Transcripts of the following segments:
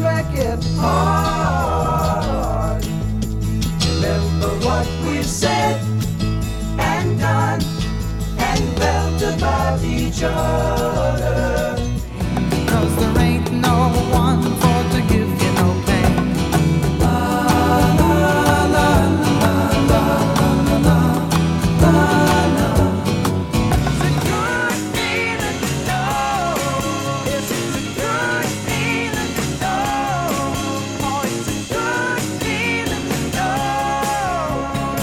make it hard. Remember what we said and done and felt about each other. 'Cause there ain't no one for to give you no pain. La la la la la la la la la. It's a good feeling to know. It's a good feeling to know. Oh, it's a good feeling to know.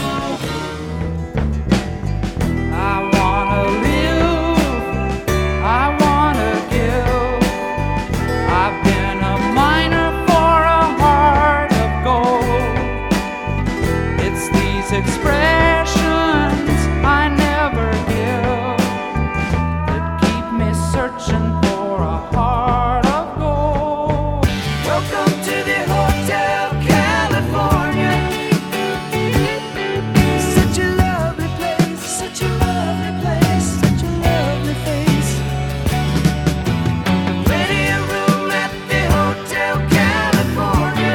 I wanna live, I wanna give. I've been a miner for a heart of gold. It's these expressions I never give that keep me searching for a heart of gold. Welcome to the Hotel California. Such a lovely place, such a lovely place, such a lovely face. Plenty of room at the Hotel California.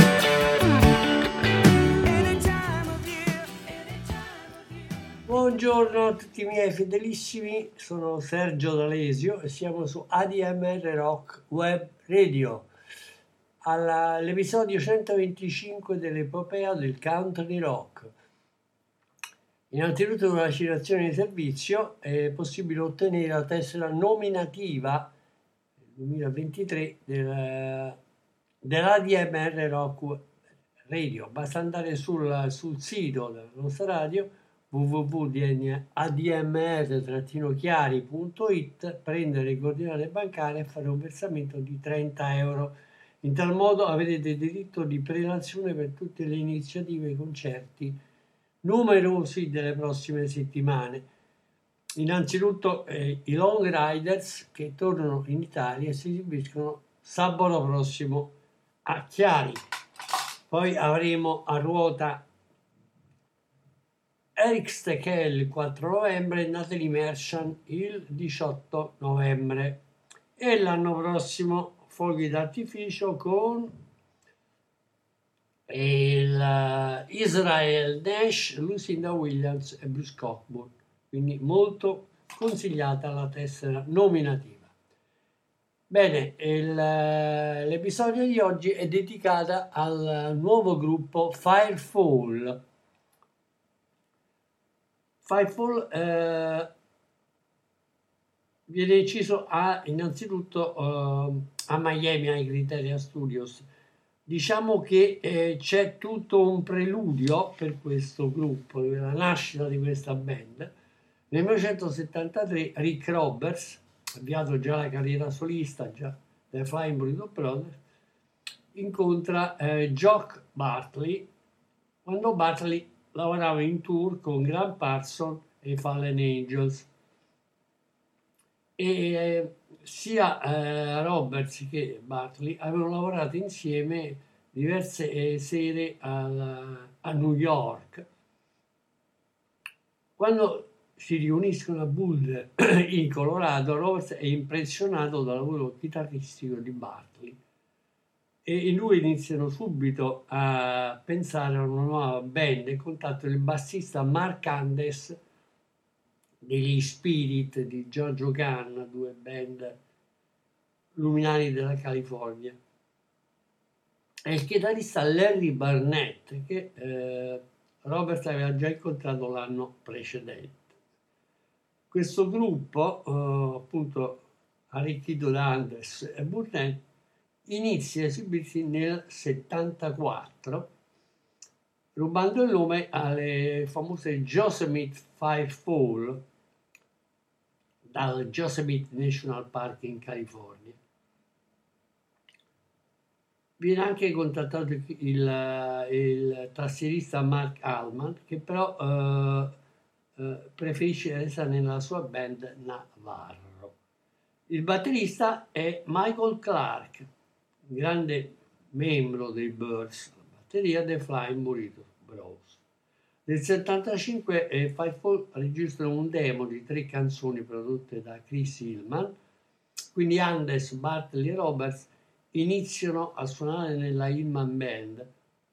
Any time of year, any time of year. Buongiorno a tutti i miei fedelissimi, sono Sergio D'Alesio e siamo su ADMR Rock Web Radio, all'episodio 125 dell'epopea del country rock. Innanzitutto con la citazione di servizio è possibile ottenere la tessera nominativa 2023 dell'ADMR Rock Radio. Basta andare sul sito della nostra radio www.admr-chiari.it, prendere le coordinate bancarie e fare un versamento di 30 euro. In tal modo avrete diritto di prelazione per tutte le iniziative e concerti numerosi delle prossime settimane. Innanzitutto i Long Riders che tornano in Italia e si esibiscono sabato prossimo a Chiari. Poi avremo a ruota Eric Steckel il 4 novembre e Natalie Merchant il 18 novembre. E l'anno prossimo fuochi d'artificio con Israel Nash, Lucinda Williams e Bruce Cockburn. Quindi molto consigliata la tessera nominativa. Bene, l'episodio di oggi è dedicata al nuovo gruppo Firefall. Firefall viene inciso innanzitutto a Miami, ai Criteria Studios. Diciamo che c'è tutto un preludio per questo gruppo, la nascita di questa band. Nel 1973 Rick Roberts, avviato già la carriera solista già dai Flying Burrito Brothers, incontra Jock Bartley quando Bartley lavorava in tour con Graham Parsons e i Fallen Angels. E sia Roberts che Bartley avevano lavorato insieme diverse sere a New York. Quando si riuniscono a Boulder in Colorado, Roberts è impressionato dal lavoro chitarristico di Bartley e lui iniziano subito a pensare a una nuova band e contattano il bassista Mark Andes degli Spirit di Giorgio Gunn, due band luminari della California, e il chitarrista Larry Barnett che Robert aveva già incontrato l'anno precedente. Questo gruppo, appunto arricchito da Andes e Burnett, inizia a esibirsi nel 74, rubando il nome alle famose Yosemite Firefall dal Yosemite National Park in California. Viene anche contattato il tastierista Mark Allman, che però preferisce restare nella sua band Navarro. Il batterista è Michael Clark, grande membro dei Byrds, la batteria dei Flying Burrito Bros. Nel 1975 Firefall registra un demo di 3 canzoni prodotte da Chris Hillman, quindi Andes, Bartley e Roberts iniziano a suonare nella Hillman Band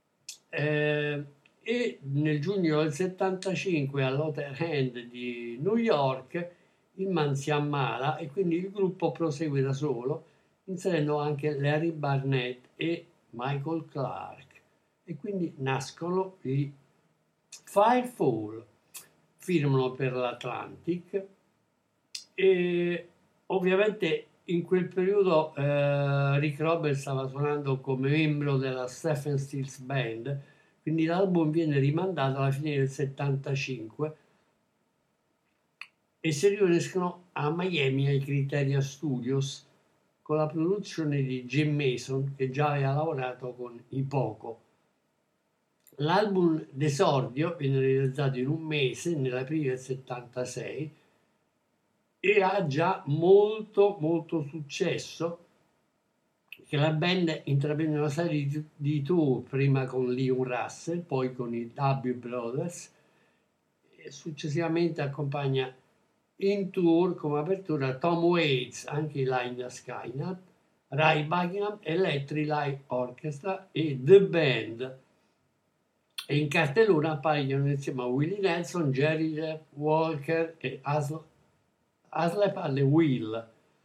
e nel giugno del 75 all'Other End di New York Hillman si ammala e quindi il gruppo prosegue da solo, inserendo anche Larry Barnett e Michael Clark, e quindi nascono gli Firefall. Firmano per l'Atlantic e ovviamente in quel periodo Rick Roberts stava suonando come membro della Stephen Stills Band, quindi l'album viene rimandato alla fine del 75 e si riuniscono a Miami ai Criteria Studios con la produzione di Jim Mason, che già aveva lavorato con i Poco. L'album d'esordio viene realizzato in un mese, nell'aprile del 76, e ha già molto successo, che la band intraprende una serie di tour, prima con Leon Russell, poi con i W Brothers, e successivamente accompagna in tour come apertura Tom Waits, anche i Lynyrd Skynyrd, Ray Buckingham, Electric Light Orchestra e The Band. E in cartellone appaiono insieme a Willie Nelson, Jerry Jeff Walker e Aslap alle Will.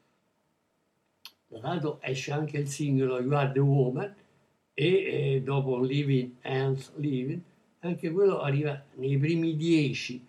Tra l'altro esce anche il singolo You Are the Woman e dopo Living and Living, anche quello arriva nei primi 10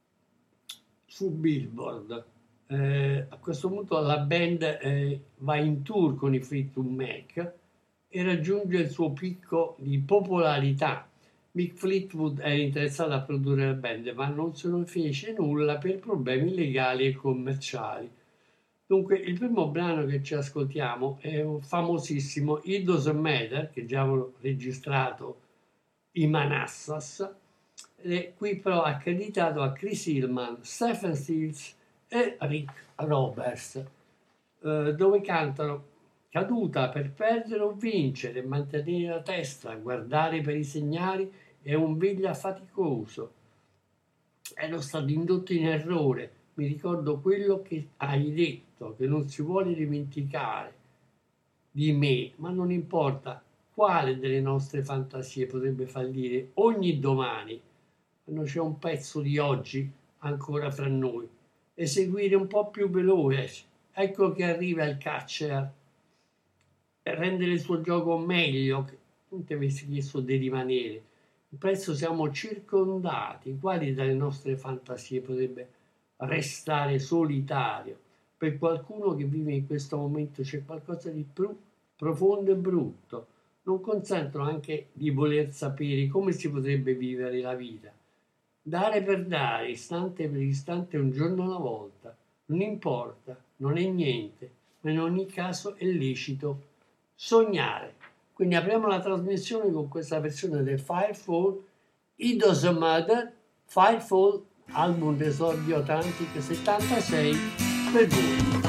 su Billboard. A questo punto la band va in tour con i Fleetwood Mac e raggiunge il suo picco di popolarità. Mick Fleetwood era interessato a produrre la band, ma non se ne fece nulla per problemi legali e commerciali. Dunque, il primo brano che ci ascoltiamo è un famosissimo It Doesn't Matter, che già avevo registrato i Manassas, e qui però accreditato a Chris Hillman, Stephen Stills e Rick Roberts, dove cantano: caduta per perdere o vincere, mantenere la testa, guardare per i segnali è un veglia faticoso. Ero stato indotto in errore, mi ricordo quello che hai detto, che non si vuole dimenticare di me, ma non importa quale delle nostre fantasie potrebbe fallire ogni domani, quando c'è un pezzo di oggi ancora fra noi, eseguire un po' più veloce. Ecco che arriva il catcher e rendere il suo gioco meglio, che non ti avessi chiesto di rimanere. Presto siamo circondati, quali dalle nostre fantasie potrebbe restare solitario? Per qualcuno che vive in questo momento c'è qualcosa di più profondo e brutto. Non consentono anche di voler sapere come si potrebbe vivere la vita. Dare per dare, istante per istante, un giorno alla volta. Non importa, non è niente, ma in ogni caso è licito sognare. Quindi apriamo la trasmissione con questa versione del Firefall, It Doesn't Matter, Firefall, album d'esordio Atlantic 76, per voi.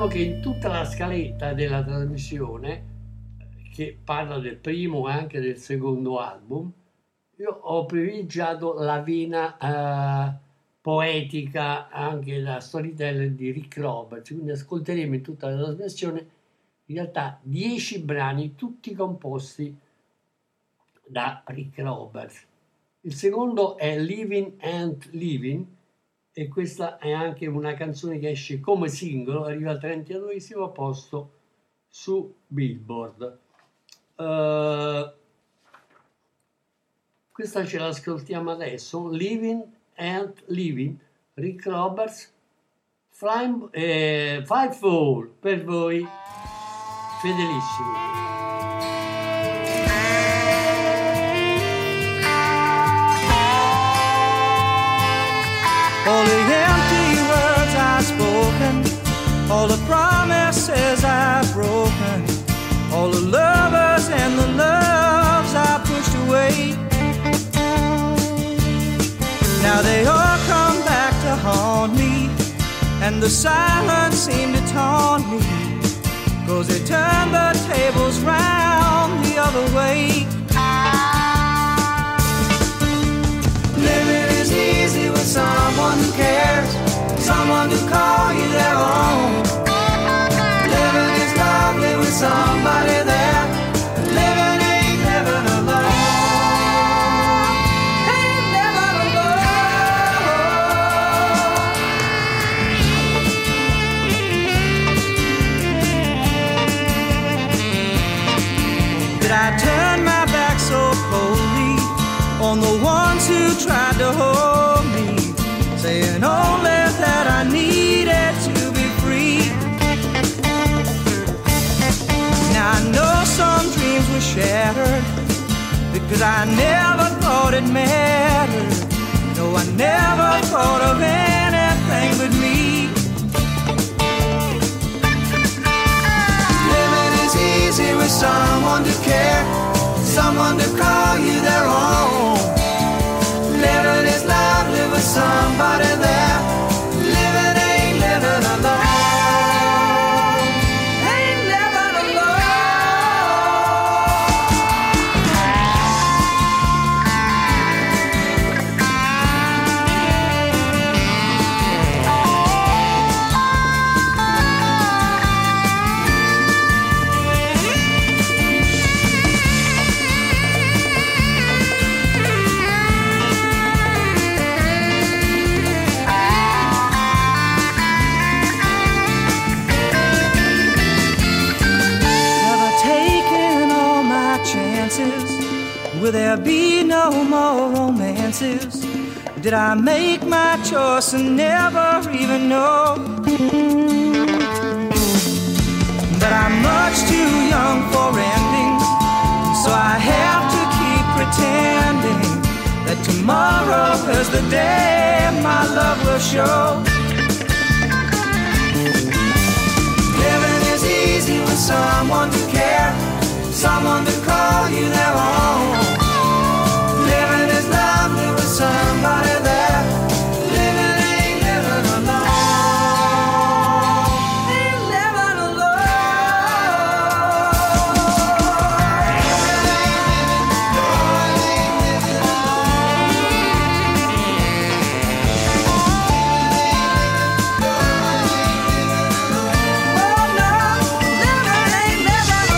diciamo che in tutta la scaletta della trasmissione, che parla del primo e anche del secondo album, io ho privilegiato la vena poetica anche da storyteller di Rick Roberts, quindi ascolteremo in tutta la trasmissione in realtà 10 brani, tutti composti da Rick Roberts. Il secondo è Living and Living, e questa è anche una canzone che esce come singolo, arriva al 32esimo posto su Billboard. Questa ce l'ascoltiamo adesso, Living and Living, Rick Roberts, Firefall, per voi, fedelissimo. All the empty words I've spoken, all the promises I've broken, all the lovers and the loves I pushed away. Now they all come back to haunt me, and the silence seemed to taunt me, 'cause they turned the tables round the other way. Living is easy with someone who cares, someone to call you their own. Living is lovely with somebody there. Living ain't living alone. Ain't living alone. Did I turn my back so coldly on the ones who tried to hold me, saying only that I needed to be free? Now I know some dreams were shattered, because I never thought it mattered. No, I never thought of anything but me. Living is easy with someone to care, someone to call you their own. Living is lovely with somebody there. Living ain't living alone. Ain't living alone. Will there be no more romances? Did I make my choice and never even know that I'm much too young for endings? So I have to keep pretending that tomorrow is the day my love will show. Living is easy with someone to care, someone to call you their own. Living is lovely with somebody there. Living ain't living alone. Ain't living alone. Oh no, living ain't living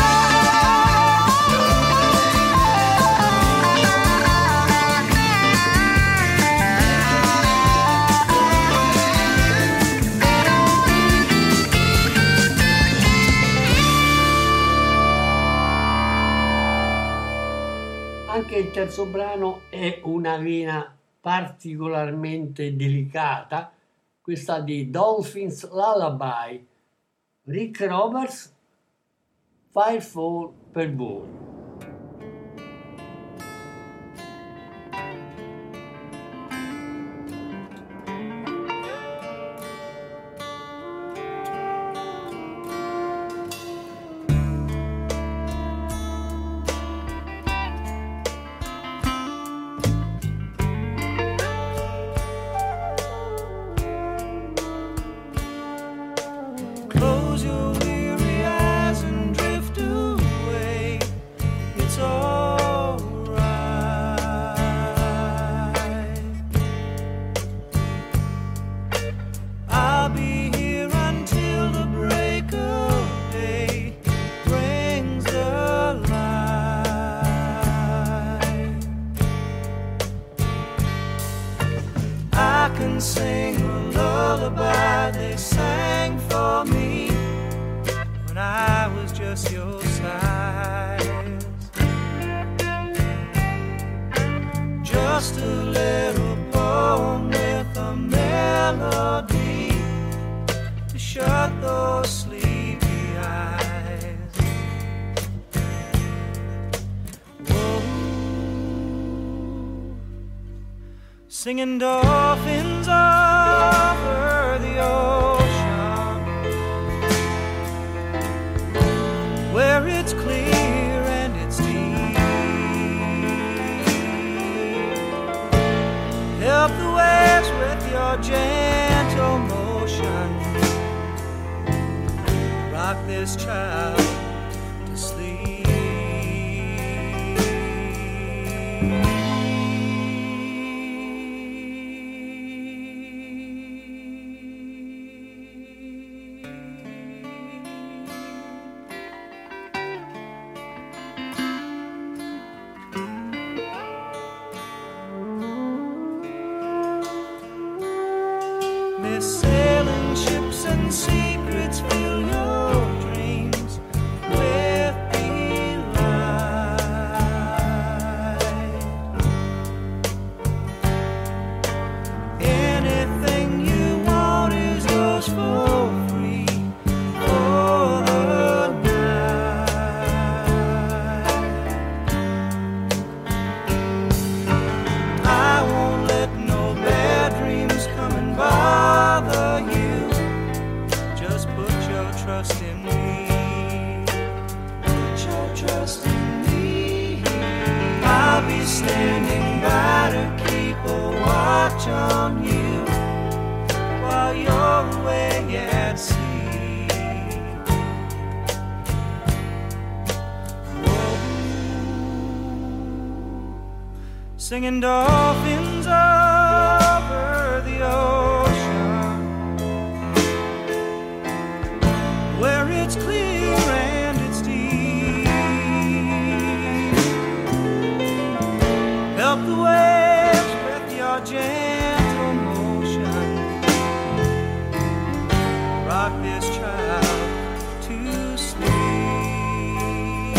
Anche il terzo brano è una vena particolarmente delicata, questa di Dolphins Lullaby, Rick Roberts, Firefall, per voi. Close was just your size. Just a little poem with a melody to shut those sleepy eyes. Whoa. Singing dolphins over the ocean, where it's clear and it's deep. Help the waves with your gentle motion. Rock this child to sleep. Sailing ships and secrets fill your dreams with delight. Anything you want is yours for free for the night. I won't let no bad dreams come and bother you. Just put your trust in me. Put your trust in me. I'll be standing by to keep a watch on you while you're away at sea. Whoa. Singing dolphins over the ocean, where it's clear and it's deep. Help the waves with your gentle motion. Rock this child to sleep.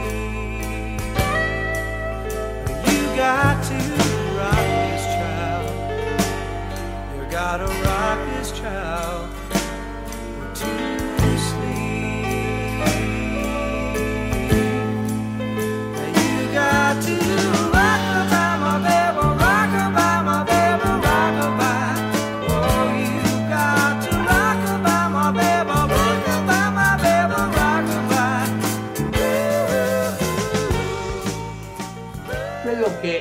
You got to rock this child. You gotta rock this child to sleep. You got to rock-a-bye, my baby, rock-a-bye, my baby, rock-a-bye. Oh, you got to rock-a-bye, my baby, rock-a-bye, my baby, rock-a-bye. Quello che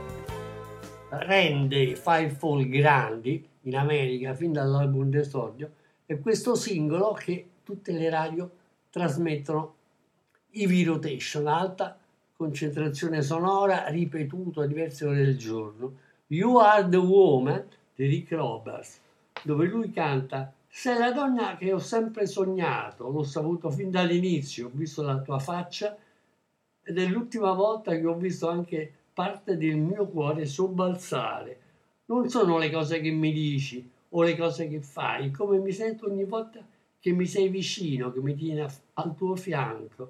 rende i Firefall grandi in America fin dall'album d'esordio è questo singolo che tutte le radio trasmettono heavy rotation, alta concentrazione sonora, ripetuto a diverse ore del giorno. You Are the Woman di Rick Roberts, dove lui canta: sei la donna che ho sempre sognato, l'ho saputo fin dall'inizio, ho visto la tua faccia ed è l'ultima volta che ho visto anche parte del mio cuore sobbalzare. Non sono le cose che mi dici o le cose che fai, come mi sento ogni volta che mi sei vicino, che mi tieni al tuo fianco.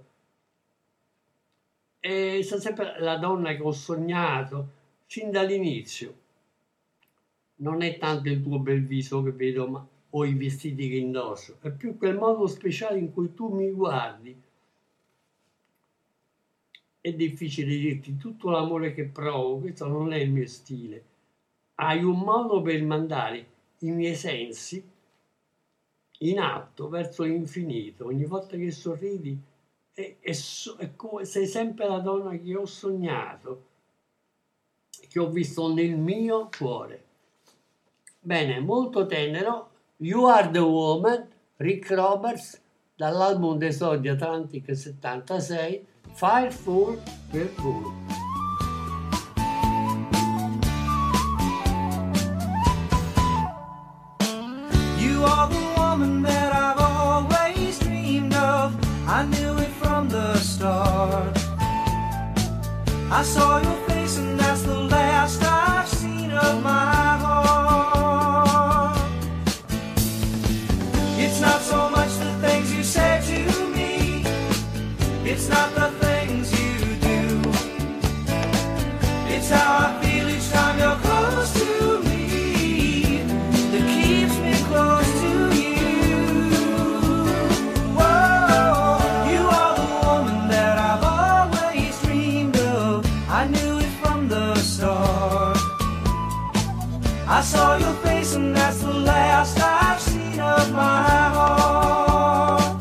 E sei sempre la donna che ho sognato fin dall'inizio. Non è tanto il tuo bel viso che vedo o i vestiti che indosso, è più quel modo speciale in cui tu mi guardi. È difficile dirti tutto l'amore che provo, questo non è il mio stile. Hai un modo per mandare i miei sensi in alto verso l'infinito. Ogni volta che sorridi è come sei sempre la donna che ho sognato, che ho visto nel mio cuore. Bene, molto tenero. You Are the Woman, Rick Roberts, dall'album d'esordio Atlantic 76, Firefall per voi. You are the woman that I've always dreamed of. I knew it from the start. I saw your face and that's the last I've seen of my heart. It's not so much the things you say to me, It's not the things you do, it's how I feel each time you're close to me that keeps me close to you. Whoa, you are the woman that I've always dreamed of. I knew it from the start. I saw your face and that's the last I've seen of my heart.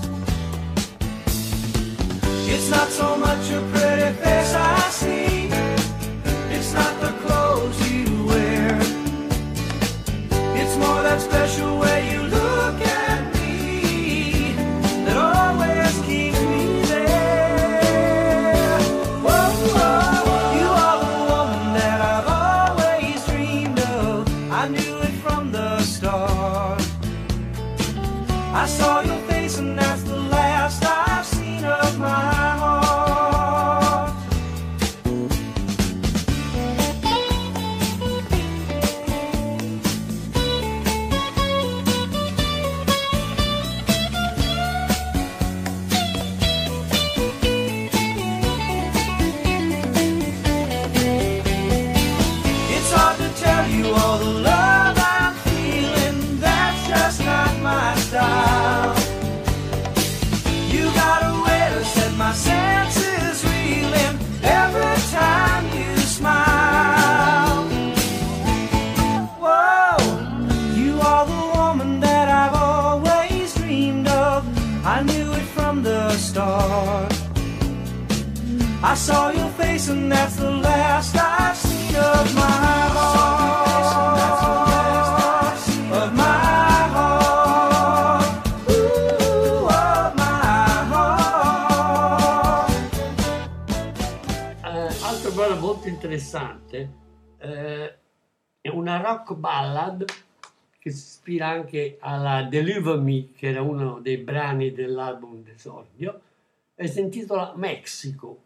It's not so much a pretty face I see, it's not the clothes you wear, it's more that special way you look at me that always keeps me there. Whoa, whoa, you are the woman that I've always dreamed of. I knew it from the start. I saw your face and that's the last I've seen of my heart. It's hard to tell you all the love I'm feeling, that's just not my style. You got a way to set my senses reeling every time you smile. Whoa, you are the woman that I've always dreamed of. I knew it from the start. I saw your face and that's the last I've seen of my heart. Of my heart. Ooh, of my heart. Altro brano molto interessante è una rock ballad che si ispira anche alla Deliver Me, che era uno dei brani dell'album d'esordio, e si intitola Mexico,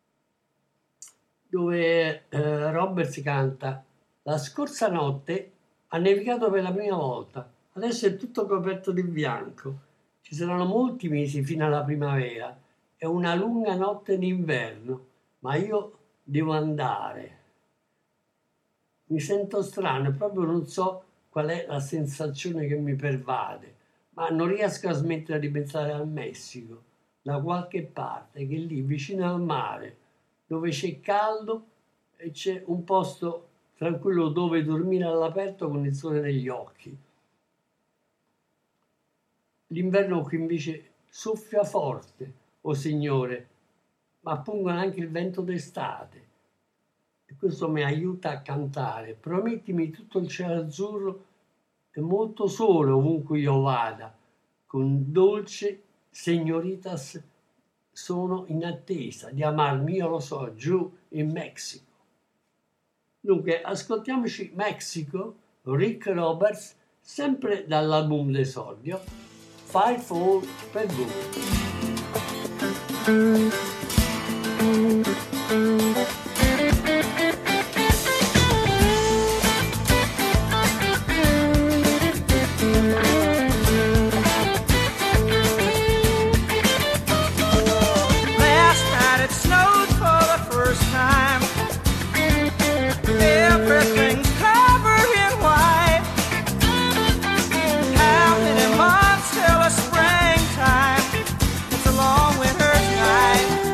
dove Roberts canta: la scorsa notte ha nevicato per la prima volta, adesso è tutto coperto di bianco, ci saranno molti mesi fino alla primavera, è una lunga notte d'inverno, ma io devo andare. Mi sento strano e proprio non so qual è la sensazione che mi pervade, ma non riesco a smettere di pensare al Messico, da qualche parte, che è lì vicino al mare, dove c'è caldo e c'è un posto tranquillo dove dormire all'aperto con il sole negli occhi. L'inverno qui invece soffia forte, o Signore, ma pungono anche il vento d'estate. E questo mi aiuta a cantare. Promettimi tutto il cielo azzurro e molto sole ovunque io vada. Con dolce Señoritas sono in attesa di amarmi, io lo so, giù in Messico. Dunque, ascoltiamoci Mexico, Rick Roberts, sempre dall'album d'esordio, Firefall per voi. Everything's covered in white. How many months till the springtime? It's a long winter's night.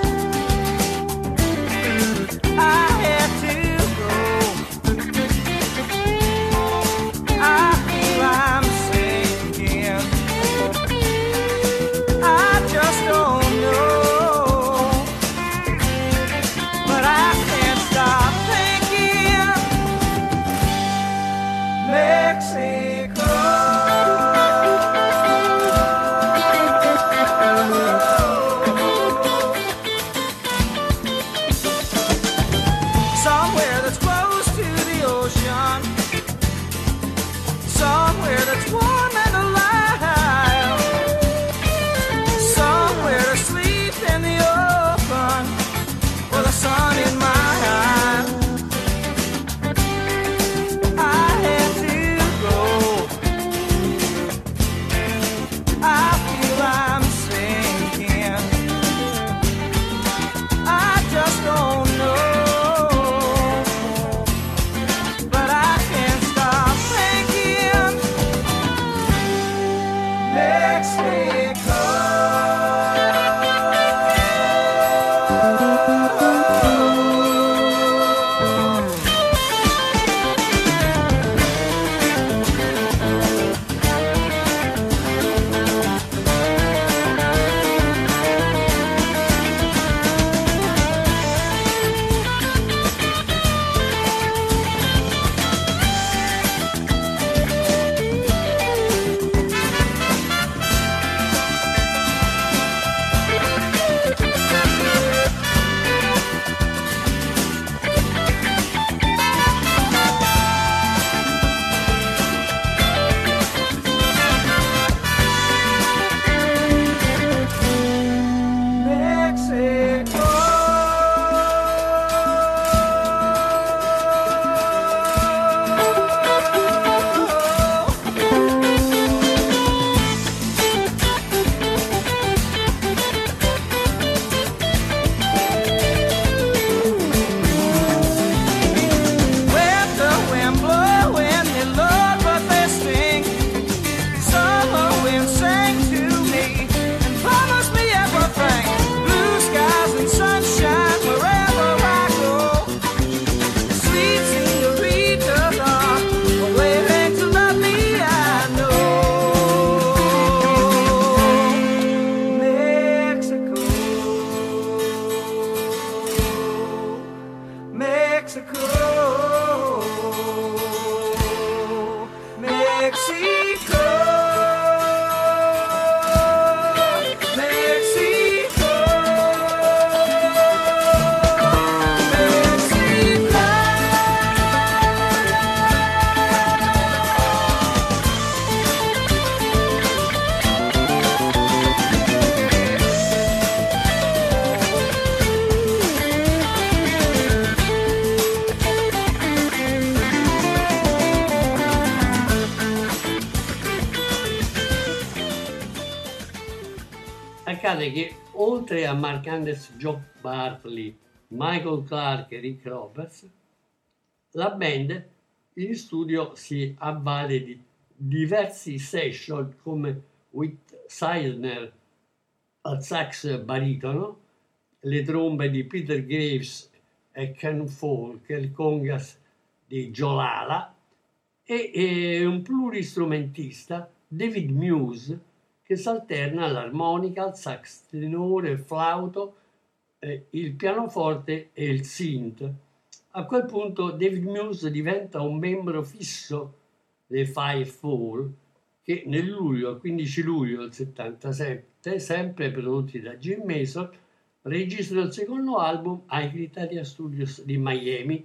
notare che oltre a Mark Anders, Joe Bartley, Michael Clarke e Rick Roberts, la band in studio si avvale di diversi session come Whit Sylner al sax baritono, le trombe di Peter Graves e Ken Falk, il congas di Joe Lala e un pluristrumentista, David Muse, che si alterna all'armonica, al sax tenore, il flauto, il pianoforte e il synth. A quel punto David Muse diventa un membro fisso dei Firefall, che nel luglio, il 15 luglio del 77, sempre prodotti da Jim Mason, registrano il secondo album ai Criteria Studios di Miami.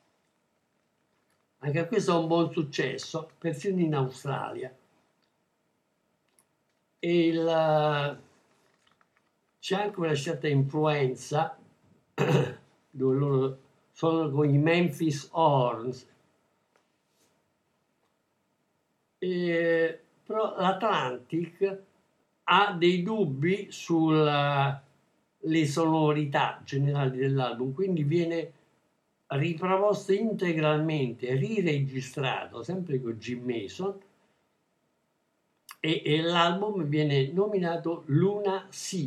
Anche questo è un buon successo, persino in Australia. C'è anche una certa influenza dove loro sono con i Memphis Horns, però l'Atlantic ha dei dubbi sulle sonorità generali dell'album, quindi viene riproposto integralmente, riregistrato sempre con Jim Mason, e l'album viene nominato Luna Sea,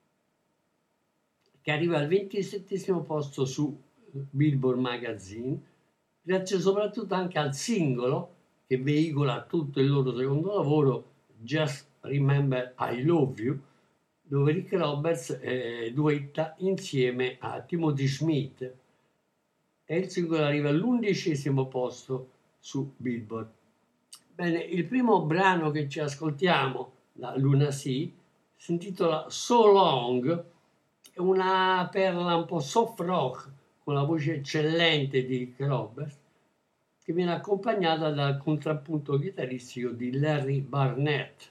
che arriva al 27° posto su Billboard Magazine, grazie soprattutto anche al singolo che veicola tutto il loro secondo lavoro, Just Remember I Love You, dove Rick Roberts duetta insieme a Timothy Schmidt, e il singolo arriva all'11° posto su Billboard. Bene, il primo brano che ci ascoltiamo da Luna Sea si intitola So Long, è una perla un po' soft rock con la voce eccellente di Rick Roberts, che viene accompagnata dal contrappunto chitarristico di Larry Barnett.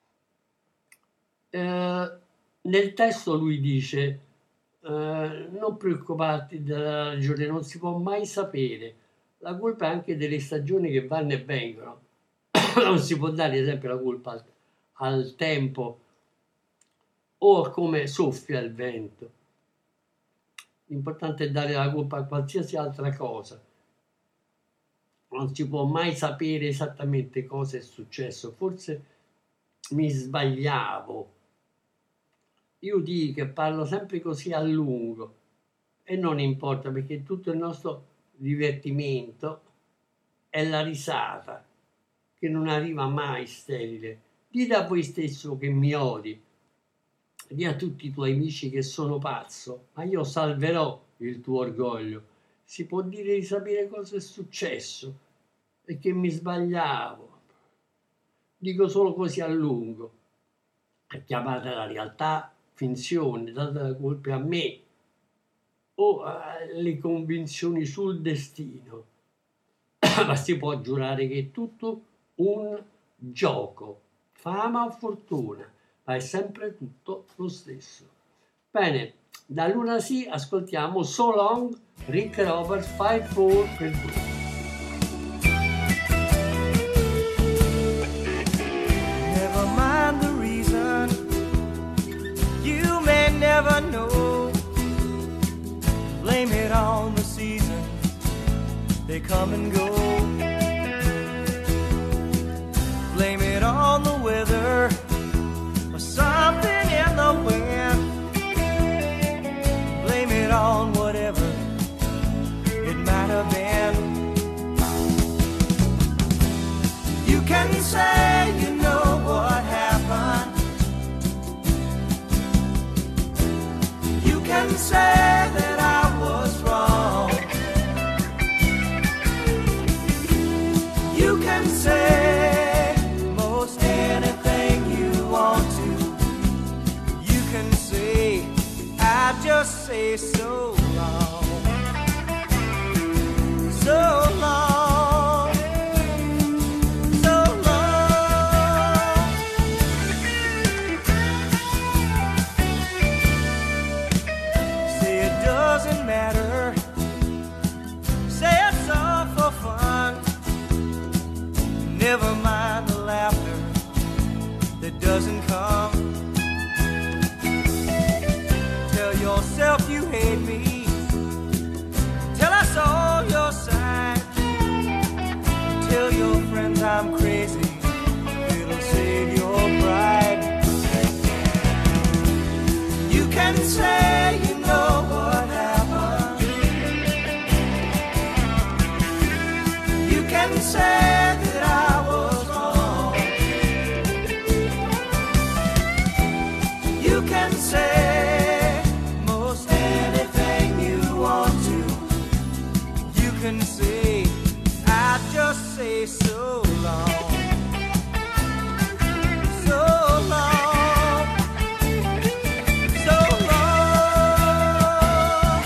Nel testo lui dice: non preoccuparti della ragione, non si può mai sapere, la colpa è anche delle stagioni che vanno e vengono. Non si può dare sempre la colpa al tempo o a come soffia il vento. L'importante è dare la colpa a qualsiasi altra cosa. Non si può mai sapere esattamente cosa è successo. Forse mi sbagliavo. Io dico che parlo sempre così a lungo e non importa, perché tutto il nostro divertimento è la risata, che non arriva mai sterile. Dite a voi stesso che mi odi, di a tutti i tuoi amici che sono pazzo, ma io salverò il tuo orgoglio. Si può dire di sapere cosa è successo e che mi sbagliavo. Dico solo così a lungo. È chiamata la realtà finzione, date la colpa a me o alle convinzioni sul destino. Ma si può giurare che è tutto un gioco, fama o fortuna, ma è sempre tutto lo stesso. Bene, da Luna Sea ascoltiamo So Long, Rick Roberts, 5-4 per voi. Never mind the reason, you may never know. Blame it on the seasons, they come and go. Blame it on the weather, or something in the wind. Blame it on whatever it might have been. You can say you know what happened. You can say that I was wrong. You can say most anything you want to. You can say, I just say so long. So long. So long. Say it doesn't matter. Say it's all for fun. Never mind the laughter that doesn't come. yourself you hate me, till I saw your side. Tell your friends I'm crazy, it'll save your pride. You can say you know what happened, you can say that I was wrong, you can say most anything you want to, you can say, I just say so long, so long, so long.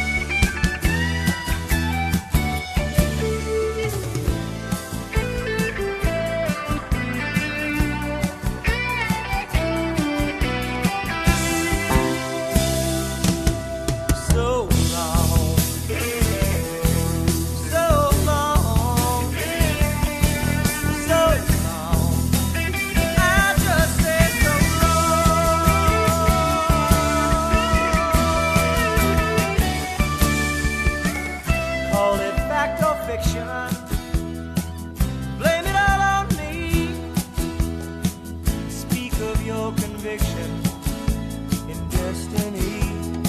So long, so long, so long. I just say so long. Call it fact or fiction, blame it all on me. Speak of your conviction in destiny.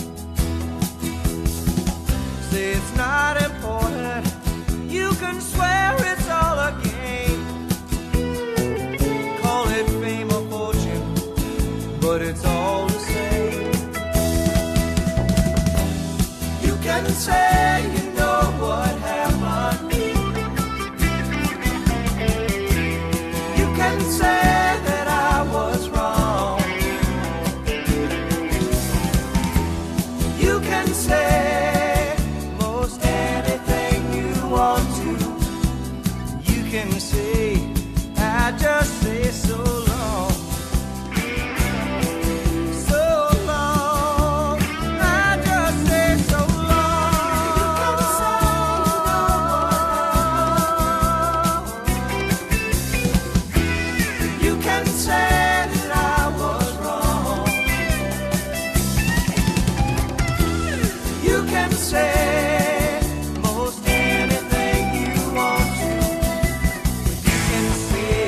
Say it's not important, you can swear it's all a game. Call it fame or fortune, but it's all the same. You can say you know what happened, you can say that I was wrong, you can say most anything you want to, you can say, I just say so long, so long, I just say so long. You can say that I was wrong, you can say most anything you want to, you can say,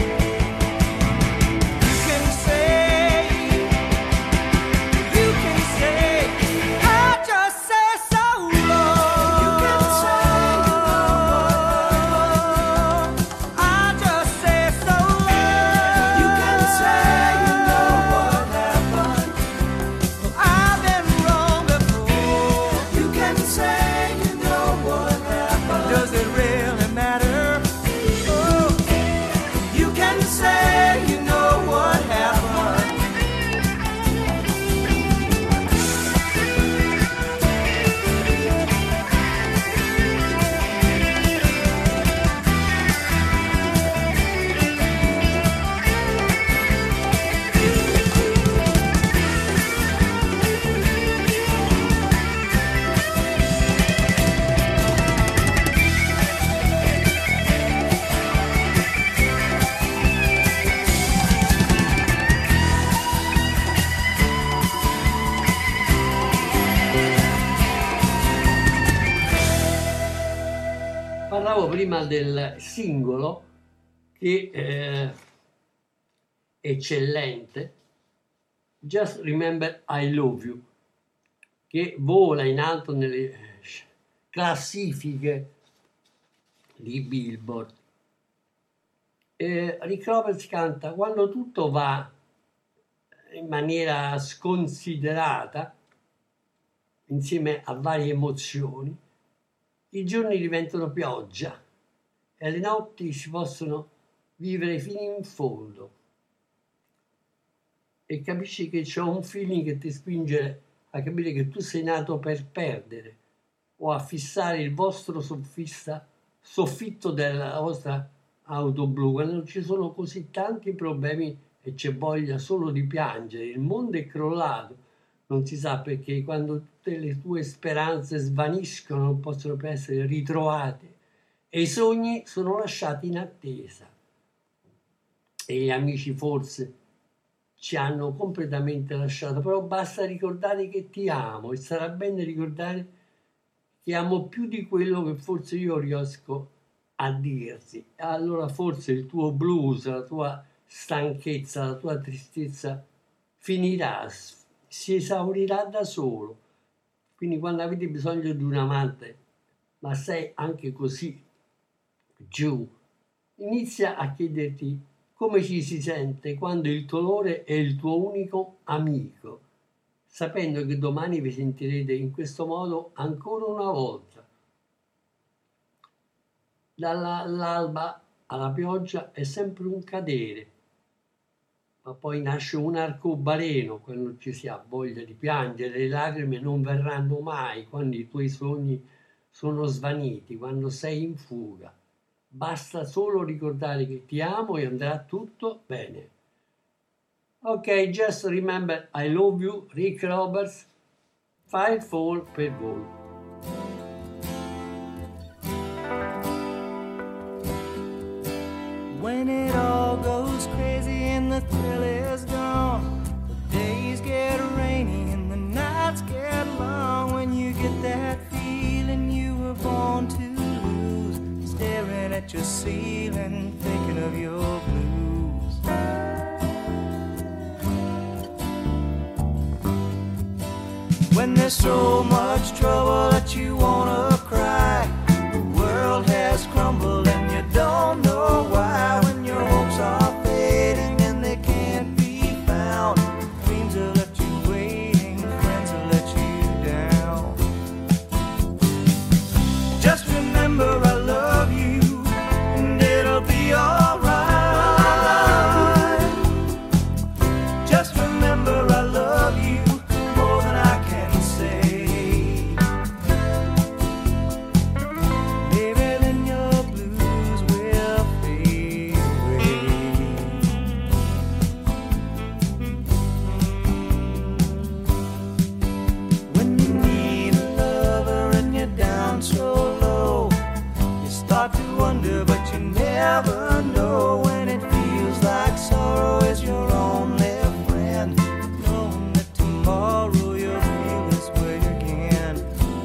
I just say so long. You can say I just say so long. You can say you know what happened, I've been wrong before. You can say you know what happened, does it really matter? Oh, you can say you know what happened. Parlavo prima del singolo che è eccellente, Just Remember I Love You, che vola in alto nelle classifiche di Billboard. Rick Roberts canta: quando tutto va in maniera sconsiderata, insieme a varie emozioni, i giorni diventano pioggia e le notti si possono vivere fino in fondo. E capisci che c'è un feeling che ti spinge a capire che tu sei nato per perdere o a fissare il vostro soffitto della vostra auto blu, quando ci sono così tanti problemi e c'è voglia solo di piangere. Il mondo è crollato, non si sa perché, quando tutte le tue speranze svaniscono, non possono più essere ritrovate e i sogni sono lasciati in attesa. E gli amici forse ci hanno completamente lasciato, però basta ricordare che ti amo e sarà bene ricordare che amo più di quello che forse io riesco a dirti. Allora forse il tuo blues, la tua stanchezza, la tua tristezza finirà, si esaurirà da solo. Quindi quando avete bisogno di un amante, ma sei anche così giù, inizia a chiederti come ci si sente quando il dolore è il tuo unico amico, sapendo che domani vi sentirete in questo modo ancora una volta. Dall'alba alla pioggia è sempre un cadere, ma poi nasce un arcobaleno quando ci si ha voglia di piangere, le lacrime non verranno mai quando i tuoi sogni sono svaniti, quando sei in fuga. Basta solo ricordare che ti amo e andrà tutto bene. Ok, just remember I love you, Rick Roberts, 5-4 per voi. When it all goes crazy and the thrill is gone, the days get rainy and the nights get long, when you get that feeling you were born to lose, staring at your ceiling, thinking of your blues. When there's so much trouble that you wanna cry, the world has crumbled and you don't know why. When your hopes are fading and they can't be found, dreams have left you waiting, friends have let you down. Just remember I love you and it'll be alright. Just remember I love you more than I can say. Maybe then your blues will fade away. When you need a lover and you're down so low, you start to wonder but you never know. When it feels like sorrow is your only friend, knowing that tomorrow you'll feel this way again.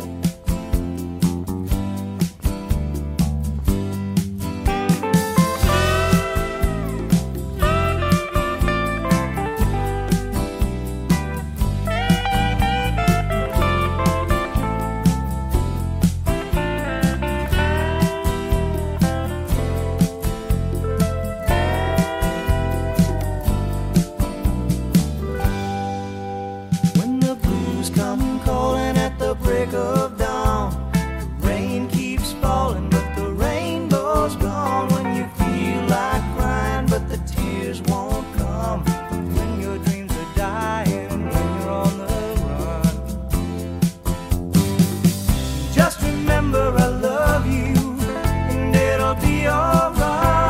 When the blues come calling at the break of dawn, the rain keeps falling but the rainbow's gone. When you feel like crying but the tears won't come, when your dreams are dying and when you're on the run, just remember I love you and it'll be alright.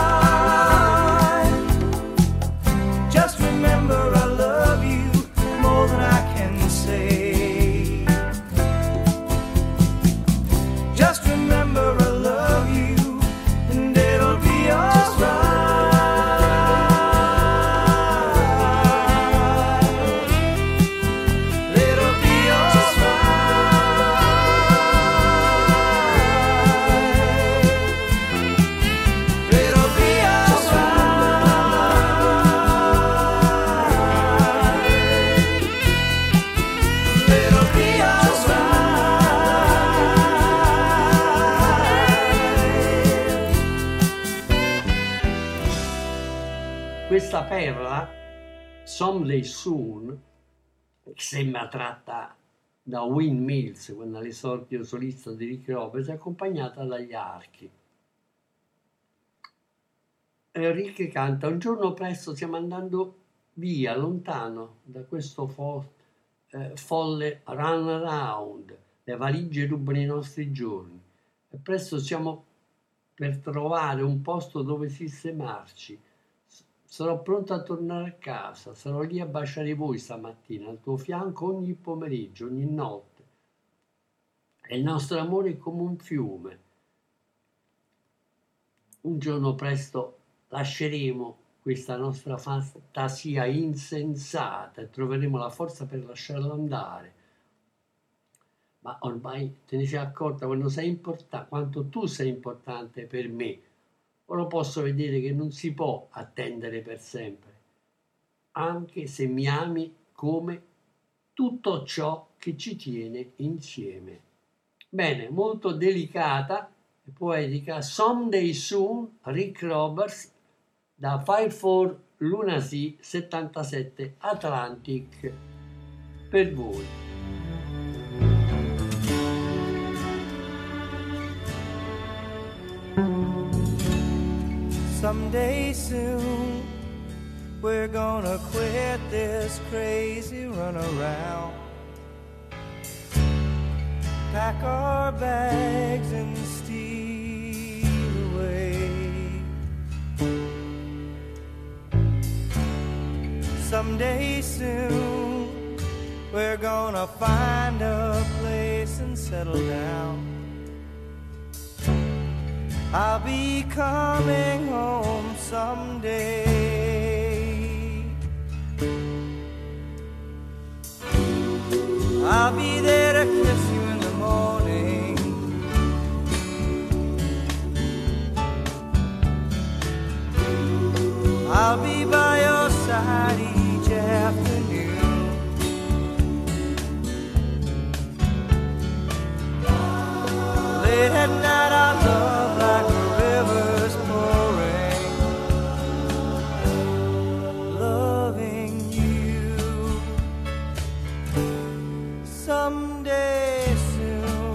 Just remember I love you more than I can say. Just remember I love you and it'll be alright. It'll be alright. It'll be alright. It'll be alright. Questa perla, Someday Soon, che sembra tratta da Windmills, quando all'esordio solista di Rick Roberts, è accompagnata dagli archi. Rick canta: un giorno presto stiamo andando via, lontano da questo folle run around, le valigie rubano i nostri giorni e presto siamo per trovare un posto dove sistemarci. Sarò pronto a tornare a casa, sarò lì a baciare voi stamattina, al tuo fianco ogni pomeriggio, ogni notte. E il nostro amore è come un fiume. Un giorno presto lasceremo questa nostra fantasia insensata e troveremo la forza per lasciarla andare. Ma ormai te ne sei accorta quanto tu sei importante per me. Ora posso vedere che non si può attendere per sempre, anche se mi ami come tutto ciò che ci tiene insieme. Bene, molto delicata e poetica. Someday Soon, Rick Roberts, da 5-4 Lunacy 77 Atlantic, per voi. Someday soon we're gonna quit this crazy runaround, pack our bags and steal away. Someday soon we're gonna find a place and settle down. I'll be coming home someday. I'll be there to kiss you in the morning. I'll be by your side each afternoon. Late at night our love like a river's pouring, loving you. Someday soon,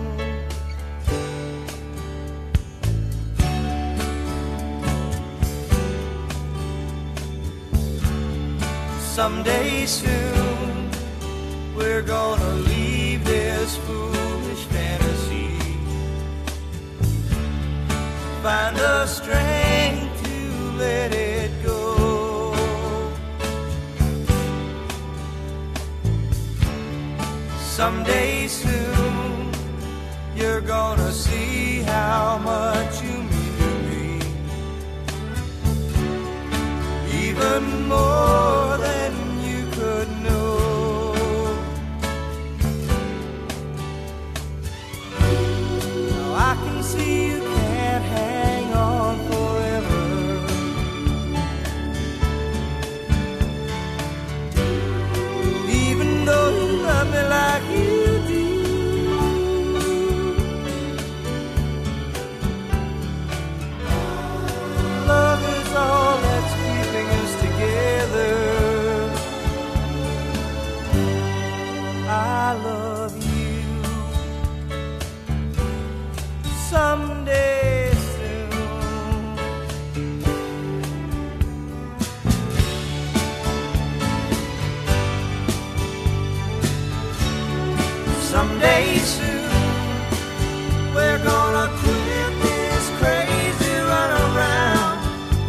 someday soon, we're gonna leave this foolish fantasy, find the strength to let it go. Someday soon, you're gonna see how much you mean to me, even more than you could know. Now I can see you can't hang on forever, even though you love me like you do. Love is all that's keeping us together. I love you. Someday soon, someday soon, we're gonna quit this crazy runaround,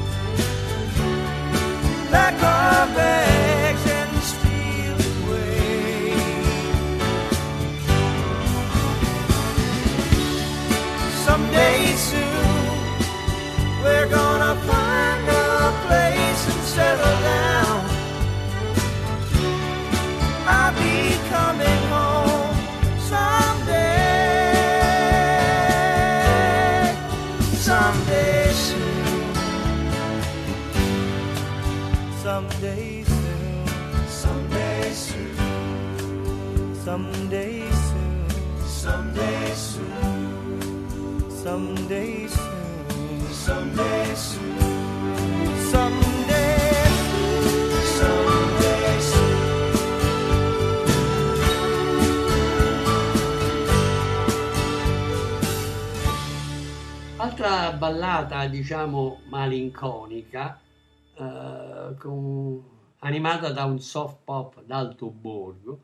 pack our bags and steal away. Someday soon, we're gonna find a place and settle down. I'll be coming home someday, someday soon, someday soon, someday soon, someday soon, someday soon, someday soon, someday soon, someday someday soon. Altra ballata, diciamo, malinconica, animata da un soft pop d'alto borgo,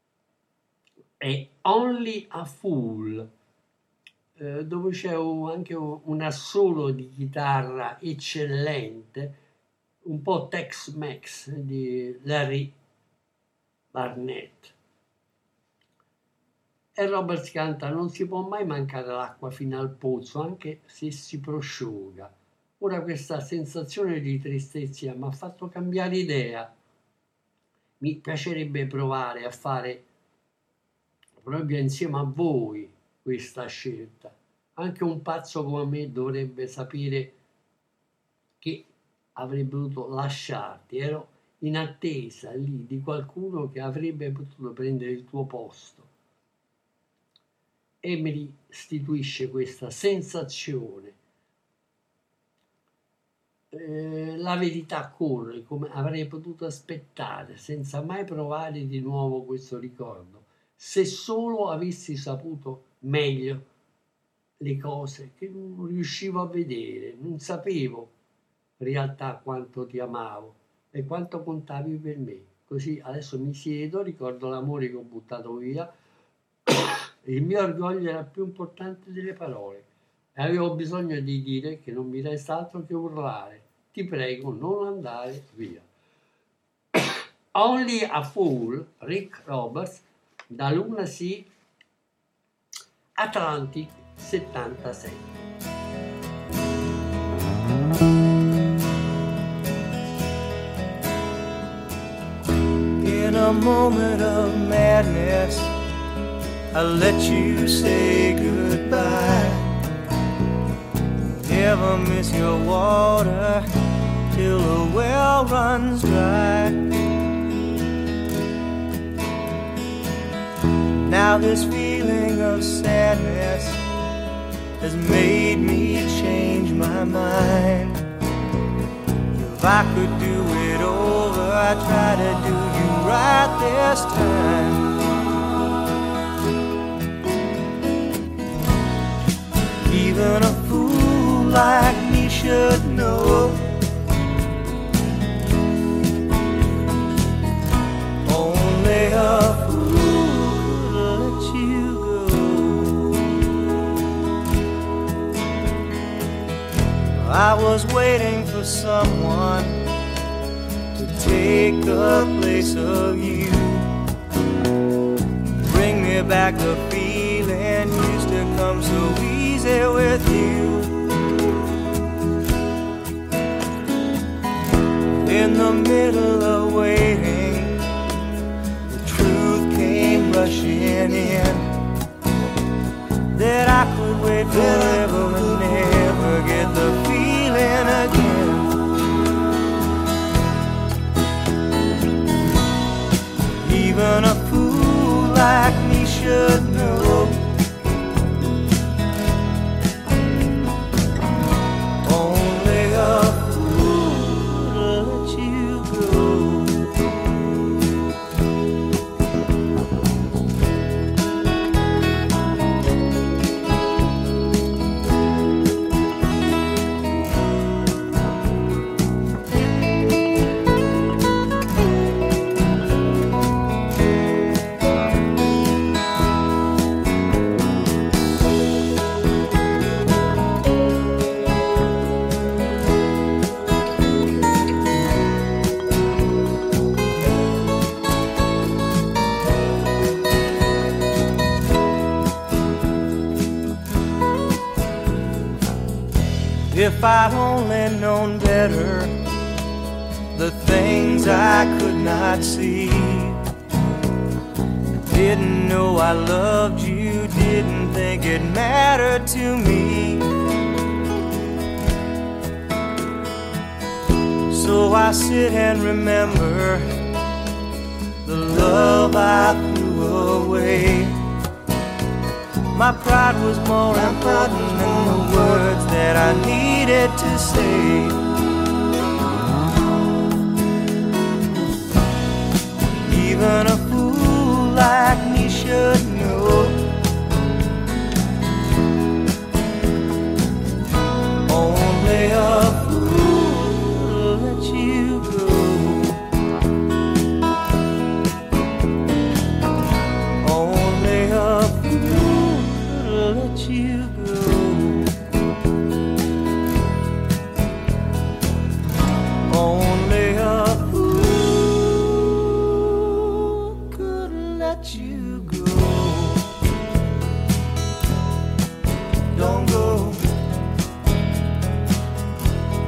è Only a Fool, dove c'è anche un assolo di chitarra eccellente, un po' Tex-Mex di Larry Barnett. E Roberts canta: non si può mai mancare l'acqua fino al pozzo, anche se si prosciuga. Ora questa sensazione di tristezza mi ha fatto cambiare idea. Mi piacerebbe provare a fare proprio insieme a voi questa scelta. Anche un pazzo come me dovrebbe sapere che avrebbe dovuto lasciarti. Ero in attesa lì di qualcuno che avrebbe potuto prendere il tuo posto. E mi restituisce questa sensazione. La verità corre come avrei potuto aspettare senza mai provare di nuovo questo ricordo. Se solo avessi saputo meglio le cose che non riuscivo a vedere, non sapevo in realtà quanto ti amavo e quanto contavi per me. Così adesso mi siedo, ricordo l'amore che ho buttato via, il mio orgoglio era più importante delle parole e avevo bisogno di dire che non mi resta altro che urlare: ti prego, non andare via. Only a Fool, Rick Roberts, da Luna Sea, Atlantic 76. In a moment of madness, I let you say goodbye. Never miss your water till the well runs dry. Now this feeling of sadness has made me change my mind. If I could do it over, I'd try to do you right this time. Even a fool like me should know only a I was waiting for someone to take the place of you. Bring me back the feeling used to come so easy with you. In the middle of waiting, the truth came rushing in, that I could wait forever and never get the feeling again. Even a fool like me should know only a fool will let you go. If I'd only known better the things I could not see, didn't know I loved you, didn't think it mattered to me. So I sit and remember the love I threw away. My pride was more important than the words that I needed to say. Even a fool like me should know only a fool will let you go. Only a fool let you go. Only a fool could let you go. Don't go.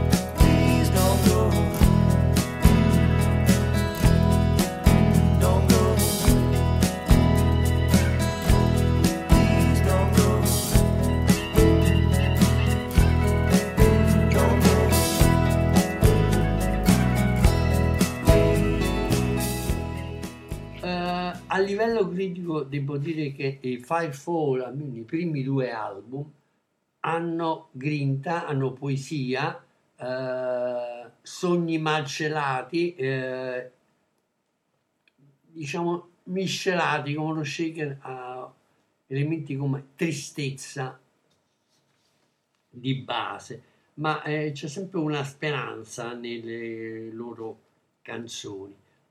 livello critico devo dire che i Firefall, almeno i primi 2 album, hanno grinta, hanno poesia, sogni malcelati, diciamo miscelati come uno shaker a elementi come tristezza di base, ma c'è sempre una speranza nelle loro canzoni.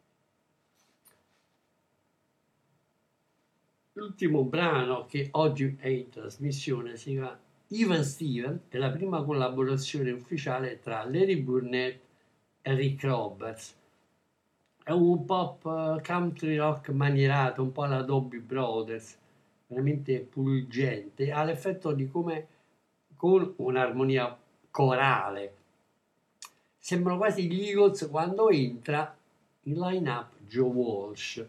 L'ultimo brano che oggi è in trasmissione si chiama Even Steven, è la prima collaborazione ufficiale tra Larry Burnett e Rick Roberts. È un pop country rock manierato, un po' alla Doobie Brothers, veramente pungente, ha l'effetto di come con un'armonia corale. Sembrano quasi gli Eagles quando entra in line-up Joe Walsh,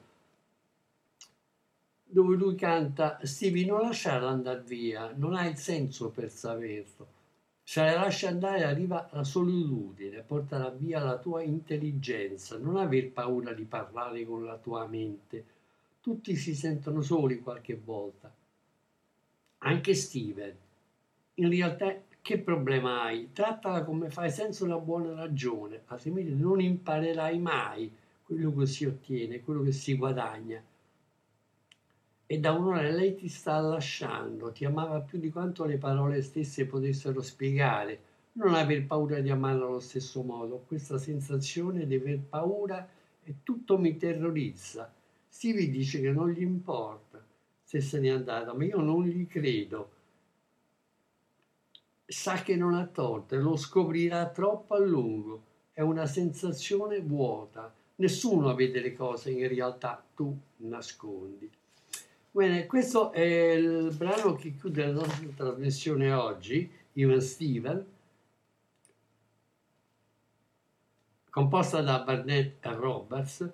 dove lui canta: Stevie, non lasciarla andare via, non hai il senso per saperlo. Se la lasci andare arriva la solitudine, porterà via la tua intelligenza, non aver paura di parlare con la tua mente. Tutti si sentono soli qualche volta. Anche Steven. In realtà che problema hai? Trattala come fai senza una buona ragione, altrimenti non imparerai mai quello che si ottiene, quello che si guadagna. E da un'ora lei ti sta lasciando, ti amava più di quanto le parole stesse potessero spiegare. Non aver paura di amarla allo stesso modo, questa sensazione di aver paura e tutto mi terrorizza. Stevie dice che non gli importa se se n'è andata, ma io non gli credo. Sa che non ha torto e lo scoprirà troppo a lungo. È una sensazione vuota. Nessuno vede le cose che in realtà tu nascondi. Bene, questo è il brano che chiude la nostra trasmissione oggi, Even Steven, composta da Burnett e Roberts.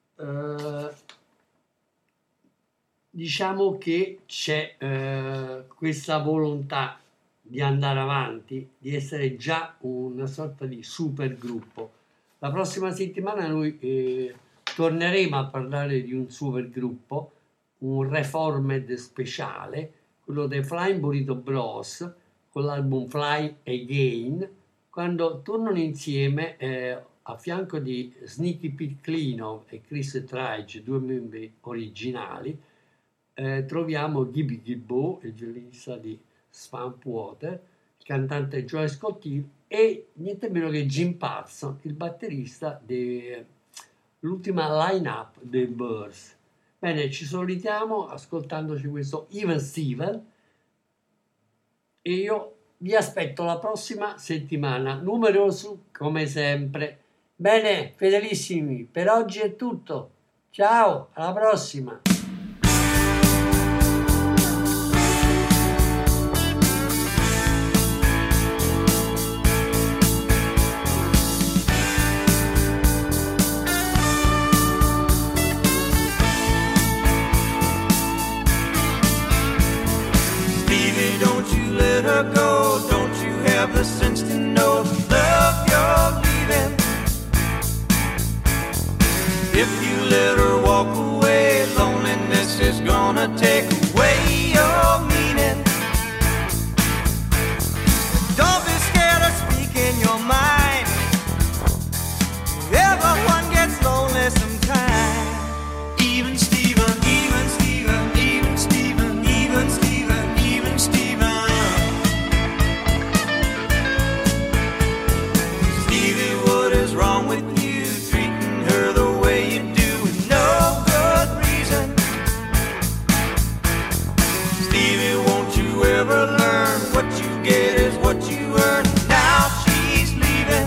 Diciamo che c'è questa volontà di andare avanti, di essere già una sorta di super gruppo. La prossima settimana noi torneremo a parlare di un super gruppo, un reformed speciale, quello dei Flying Burrito Bros, con l'album Fly Again, quando tornano insieme a fianco di Sneaky Pete Kleinow e Chris Trudge, 2 membri originali, troviamo Gibby Gilbo, il violinista di Swamp Water, il cantante Joe Scott e niente meno che Jim Parsons, il batterista dell'ultima line-up dei Birds. Bene, ci salutiamo ascoltandoci questo Even Steven e io vi aspetto la prossima settimana, numeroso come sempre. Bene, fedelissimi, per oggi è tutto. Ciao, alla prossima! Go, don't you have the sense to know the love you're leaving? If you let her walk away, loneliness is gonna take away your meaning. Don't be scared of speaking your mind. Everyone gets lonely sometime. Even Steven, even Steven, even Steven, even Steven, even Steven. Wrong with you, treating her the way you do with no good reason. Stevie, won't you ever learn what you get is what you earn? Now she's leaving.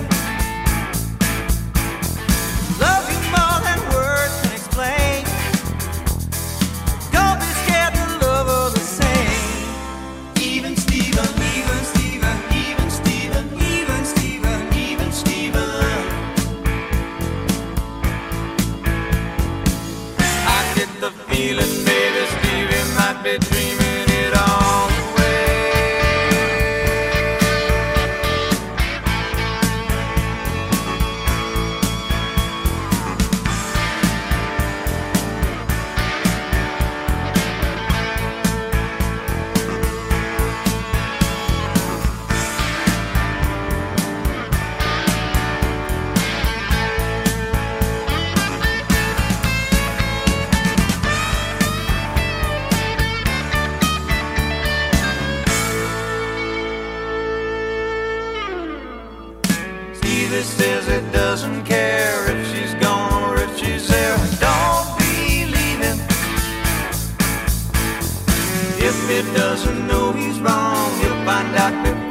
Love you more than words can explain. Don't be scared to love her the same. Even Steven, even Steven, even Steven, even Steven, even Steven. The feeling, baby, Stevie might be dreaming it all away. If he doesn't know he's wrong, he'll find out before